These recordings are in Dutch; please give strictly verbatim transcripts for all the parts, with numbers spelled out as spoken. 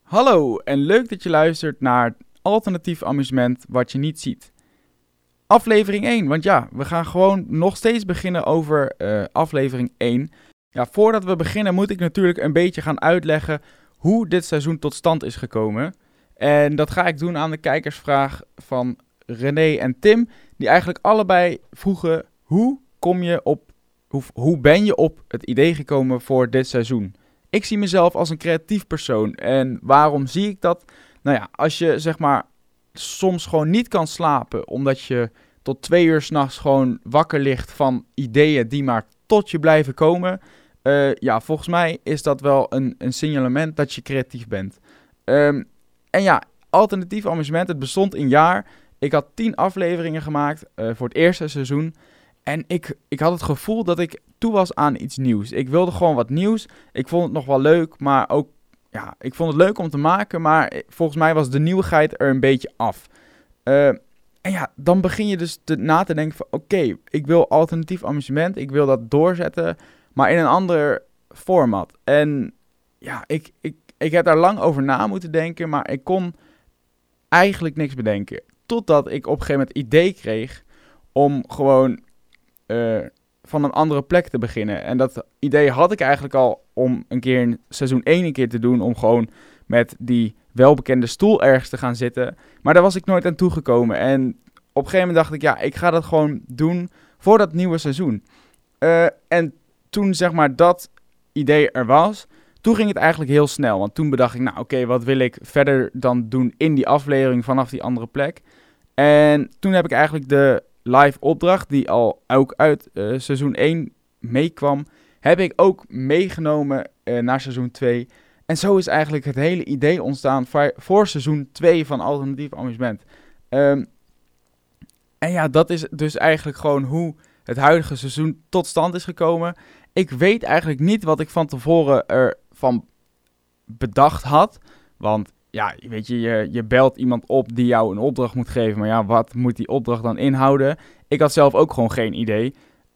Hallo en leuk dat je luistert naar alternatief amusement wat je niet ziet. Aflevering één, want ja, we gaan gewoon nog steeds beginnen over uh, aflevering één. Ja, voordat we beginnen moet ik natuurlijk een beetje gaan uitleggen hoe dit seizoen tot stand is gekomen. En dat ga ik doen aan de kijkersvraag van René en Tim, die eigenlijk allebei vroegen: hoe kom je op, hoe, hoe ben je op het idee gekomen voor dit seizoen? Ik zie mezelf als een creatief persoon. En waarom zie ik dat? Nou ja, als je zeg maar soms gewoon niet kan slapen, omdat je tot twee uur 's nachts gewoon wakker ligt van ideeën die maar tot je blijven komen. Uh, ja, volgens mij is dat wel een, een signalement dat je creatief bent. Um, en ja, alternatief amusement, het bestond een jaar. Ik had tien afleveringen gemaakt uh, voor het eerste seizoen. En ik, ik had het gevoel dat ik toe was aan iets nieuws. Ik wilde gewoon wat nieuws. Ik vond het nog wel leuk, maar ook... Ja, ik vond het leuk om te maken, maar volgens mij was de nieuwigheid er een beetje af. Uh, en ja, dan begin je dus te, na te denken van... Oké, okay, ik wil alternatief amusement. Ik wil dat doorzetten, maar in een ander format. En ja, ik, ik, ik heb daar lang over na moeten denken, maar ik kon eigenlijk niks bedenken. Totdat ik op een gegeven moment het idee kreeg om gewoon... Uh, van een andere plek te beginnen. En dat idee had ik eigenlijk al om een keer in seizoen één een keer te doen, om gewoon met die welbekende stoel ergens te gaan zitten. Maar daar was ik nooit aan toegekomen. En op een gegeven moment dacht ik, ja, ik ga dat gewoon doen voor dat nieuwe seizoen. Uh, en toen zeg maar dat idee er was, toen ging het eigenlijk heel snel. Want toen bedacht ik, nou oké, okay, wat wil ik verder dan doen in die aflevering vanaf die andere plek? En toen heb ik eigenlijk de live opdracht, die al ook uit uh, seizoen één meekwam, heb ik ook meegenomen uh, naar seizoen twee. En zo is eigenlijk het hele idee ontstaan voor, voor seizoen twee van Alternatief Amusement. Um, en ja, dat is dus eigenlijk gewoon hoe het huidige seizoen tot stand is gekomen. Ik weet eigenlijk niet wat ik van tevoren ervan bedacht had, want ja, weet je, je, je belt iemand op die jou een opdracht moet geven. Maar ja, wat moet die opdracht dan inhouden? Ik had zelf ook gewoon geen idee.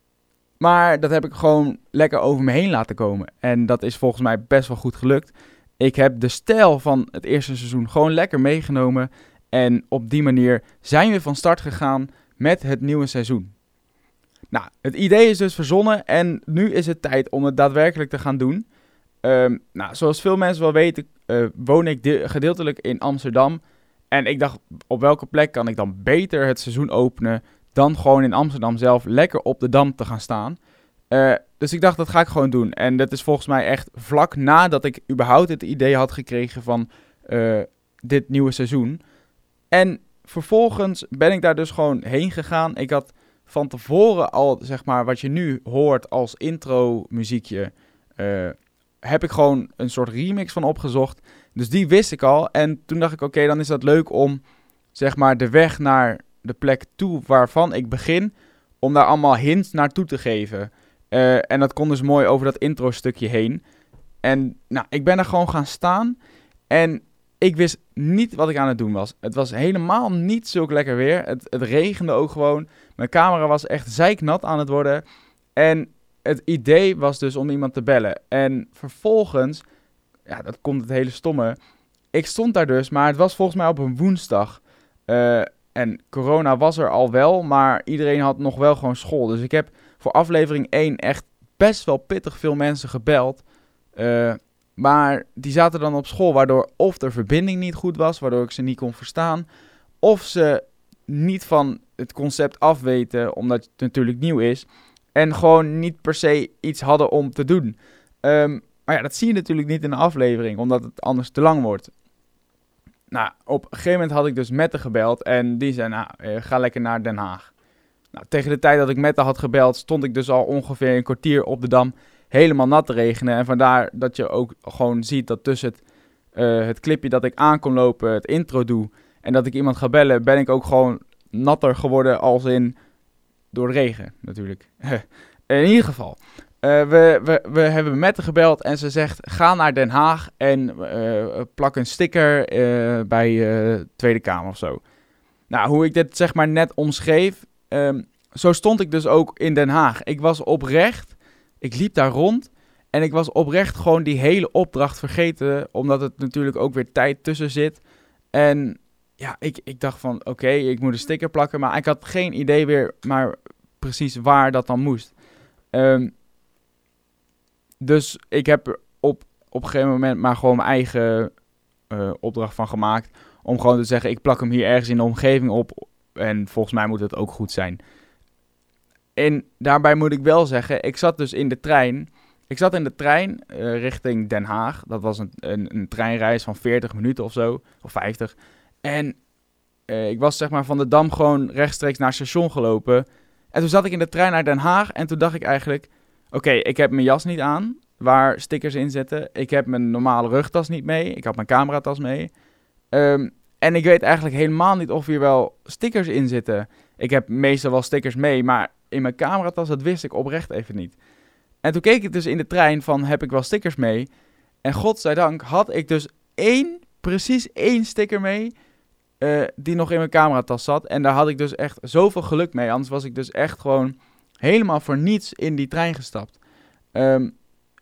Maar dat heb ik gewoon lekker over me heen laten komen. En dat is volgens mij best wel goed gelukt. Ik heb de stijl van het eerste seizoen gewoon lekker meegenomen. En op die manier zijn we van start gegaan met het nieuwe seizoen. Nou, het idee is dus verzonnen en nu is het tijd om het daadwerkelijk te gaan doen. Um, nou, zoals veel mensen wel weten, uh, woon ik de- gedeeltelijk in Amsterdam. En ik dacht, op welke plek kan ik dan beter het seizoen openen dan gewoon in Amsterdam zelf lekker op de Dam te gaan staan. Uh, dus ik dacht, dat ga ik gewoon doen. En dat is volgens mij echt vlak nadat ik überhaupt het idee had gekregen van uh, dit nieuwe seizoen. En vervolgens ben ik daar dus gewoon heen gegaan. Ik had van tevoren al, zeg maar, wat je nu hoort als intro muziekje... Uh, heb ik gewoon een soort remix van opgezocht. Dus die wist ik al. En toen dacht ik, oké, okay, dan is dat leuk om, zeg maar, de weg naar de plek toe waarvan ik begin, om daar allemaal hints naartoe te geven. Uh, en dat kon dus mooi over dat intro stukje heen. En nou, ik ben er gewoon gaan staan. En ik wist niet wat ik aan het doen was. Het was helemaal niet zulk lekker weer. Het, het regende ook gewoon. Mijn camera was echt zeiknat aan het worden. En het idee was dus om iemand te bellen. En vervolgens, ja, dat komt het hele stomme. Ik stond daar dus, maar het was volgens mij op een woensdag. Uh, en corona was er al wel, maar iedereen had nog wel gewoon school. Dus ik heb voor aflevering één echt best wel pittig veel mensen gebeld. Uh, maar die zaten dan op school, waardoor of de verbinding niet goed was, waardoor ik ze niet kon verstaan. Of ze niet van het concept afweten, omdat het natuurlijk nieuw is. En gewoon niet per se iets hadden om te doen. Um, maar ja, dat zie je natuurlijk niet in de aflevering, omdat het anders te lang wordt. Nou, op een gegeven moment had ik dus Mette gebeld en die zei, nou, uh, ga lekker naar Den Haag. Nou, tegen de tijd dat ik Mette had gebeld, stond ik dus al ongeveer een kwartier op de Dam helemaal nat te regenen. En vandaar dat je ook gewoon ziet dat tussen het, uh, het clipje dat ik aan kon lopen, het intro doe, en dat ik iemand ga bellen, ben ik ook gewoon natter geworden als in door de regen natuurlijk. In ieder geval, uh, we, we, we hebben Mette gebeld en ze zegt, ga naar Den Haag en uh, plak een sticker uh, bij uh, Tweede Kamer of zo. Nou, hoe ik dit zeg maar net omschreef, um, zo stond ik dus ook in Den Haag. Ik was oprecht, ik liep daar rond En ik was oprecht gewoon die hele opdracht vergeten, omdat het natuurlijk ook weer tijd tussen zit. En ja, ik, ik dacht van, oké, okay, ik moet een sticker plakken, maar ik had geen idee weer maar precies waar dat dan moest. Um, dus ik heb er op, op een gegeven moment maar gewoon mijn eigen uh, opdracht van gemaakt, om gewoon te zeggen, ik plak hem hier ergens in de omgeving op en volgens mij moet het ook goed zijn. En daarbij moet ik wel zeggen, ik zat dus in de trein... Ik zat in de trein uh, richting Den Haag. Dat was een, een, een treinreis van veertig minuten of zo, of vijftig. En uh, ik was zeg maar van de Dam gewoon rechtstreeks naar het station gelopen. En toen zat ik in de trein naar Den Haag en toen dacht ik eigenlijk... Oké, okay, ik heb mijn jas niet aan, waar stickers in zitten. Ik heb mijn normale rugtas niet mee. Ik had mijn cameratas mee. Um, en ik weet eigenlijk helemaal niet of hier wel stickers in zitten. Ik heb meestal wel stickers mee, maar in mijn cameratas, dat wist ik oprecht even niet. En toen keek ik dus in de trein van, heb ik wel stickers mee? En godzijdank had ik dus één, precies één sticker mee, uh, die nog in mijn cameratas zat. En daar had ik dus echt zoveel geluk mee. Anders was ik dus echt gewoon helemaal voor niets in die trein gestapt. Um,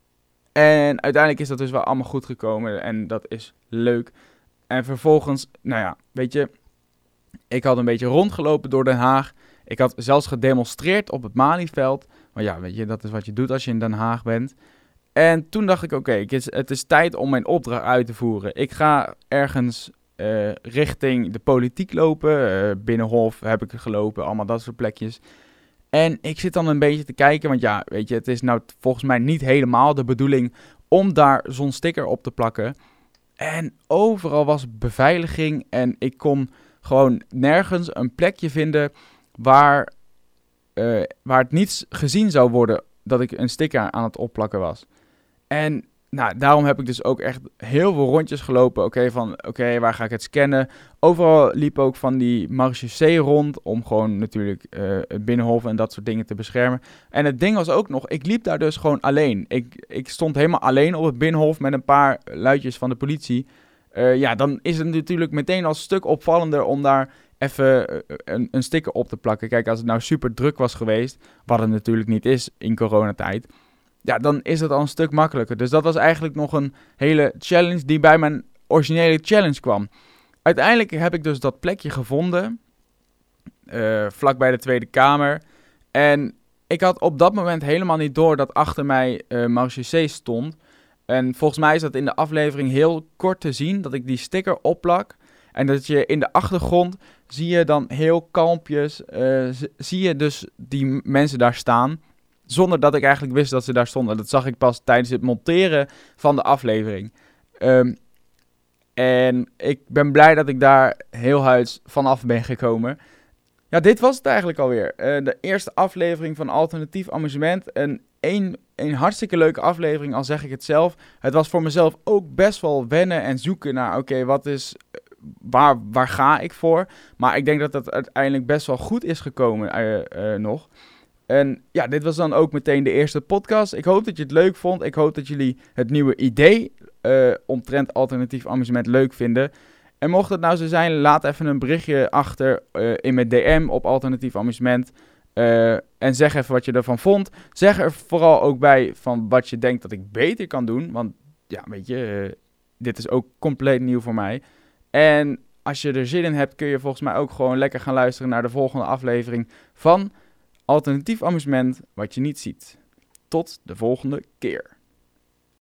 en uiteindelijk is dat dus wel allemaal goed gekomen. En dat is leuk. En vervolgens, nou ja, weet je, ik had een beetje rondgelopen door Den Haag. Ik had zelfs gedemonstreerd op het Malieveld. Maar ja, weet je, dat is wat je doet als je in Den Haag bent. En toen dacht ik, oké, okay, het, het is tijd om mijn opdracht uit te voeren. Ik ga ergens uh, richting de politiek lopen. Uh, Binnenhof heb ik gelopen, allemaal dat soort plekjes. En ik zit dan een beetje te kijken, want ja, weet je, het is nou volgens mij niet helemaal de bedoeling om daar zo'n sticker op te plakken. En overal was beveiliging en ik kon gewoon nergens een plekje vinden waar, uh, waar het niet gezien zou worden dat ik een sticker aan het opplakken was. En nou, daarom heb ik dus ook echt heel veel rondjes gelopen. Oké, okay, van oké, okay, waar ga ik het scannen? Overal liep ook van die marechaussee rond om gewoon natuurlijk uh, het Binnenhof en dat soort dingen te beschermen. En het ding was ook nog, ik liep daar dus gewoon alleen. Ik, ik stond helemaal alleen op het Binnenhof met een paar luidjes van de politie. Uh, ja, dan is het natuurlijk meteen al een stuk opvallender om daar even een, een sticker op te plakken. Kijk, als het nou super druk was geweest, wat het natuurlijk niet is in coronatijd, ja, dan is het al een stuk makkelijker. Dus dat was eigenlijk nog een hele challenge die bij mijn originele challenge kwam. Uiteindelijk heb ik dus dat plekje gevonden, uh, vlak bij de Tweede Kamer. En ik had op dat moment helemaal niet door dat achter mij uh, marechaussee stond. En volgens mij is dat in de aflevering heel kort te zien, dat ik die sticker opplak. En dat je in de achtergrond zie je dan heel kalmpjes, uh, zie je dus die mensen daar staan, zonder dat ik eigenlijk wist dat ze daar stonden. Dat zag ik pas tijdens het monteren van de aflevering. Um, en ik ben blij dat ik daar heel huids vanaf ben gekomen. Ja, dit was het eigenlijk alweer. Uh, de eerste aflevering van Alternatief Amusement. En een, een hartstikke leuke aflevering, al zeg ik het zelf. Het was voor mezelf ook best wel wennen en zoeken naar, oké, okay, wat is, waar, waar ga ik voor? Maar ik denk dat dat uiteindelijk best wel goed is gekomen uh, uh, nog. En ja, dit was dan ook meteen de eerste podcast. Ik hoop dat je het leuk vond. Ik hoop dat jullie het nieuwe idee uh, omtrent alternatief amusement leuk vinden. En mocht het nou zo zijn, laat even een berichtje achter uh, in mijn D M op alternatief amusement. Uh, en zeg even wat je ervan vond. Zeg er vooral ook bij van wat je denkt dat ik beter kan doen. Want ja, weet je, uh, dit is ook compleet nieuw voor mij. En als je er zin in hebt, kun je volgens mij ook gewoon lekker gaan luisteren naar de volgende aflevering van Alternatief Amusement, wat je niet ziet. Tot de volgende keer.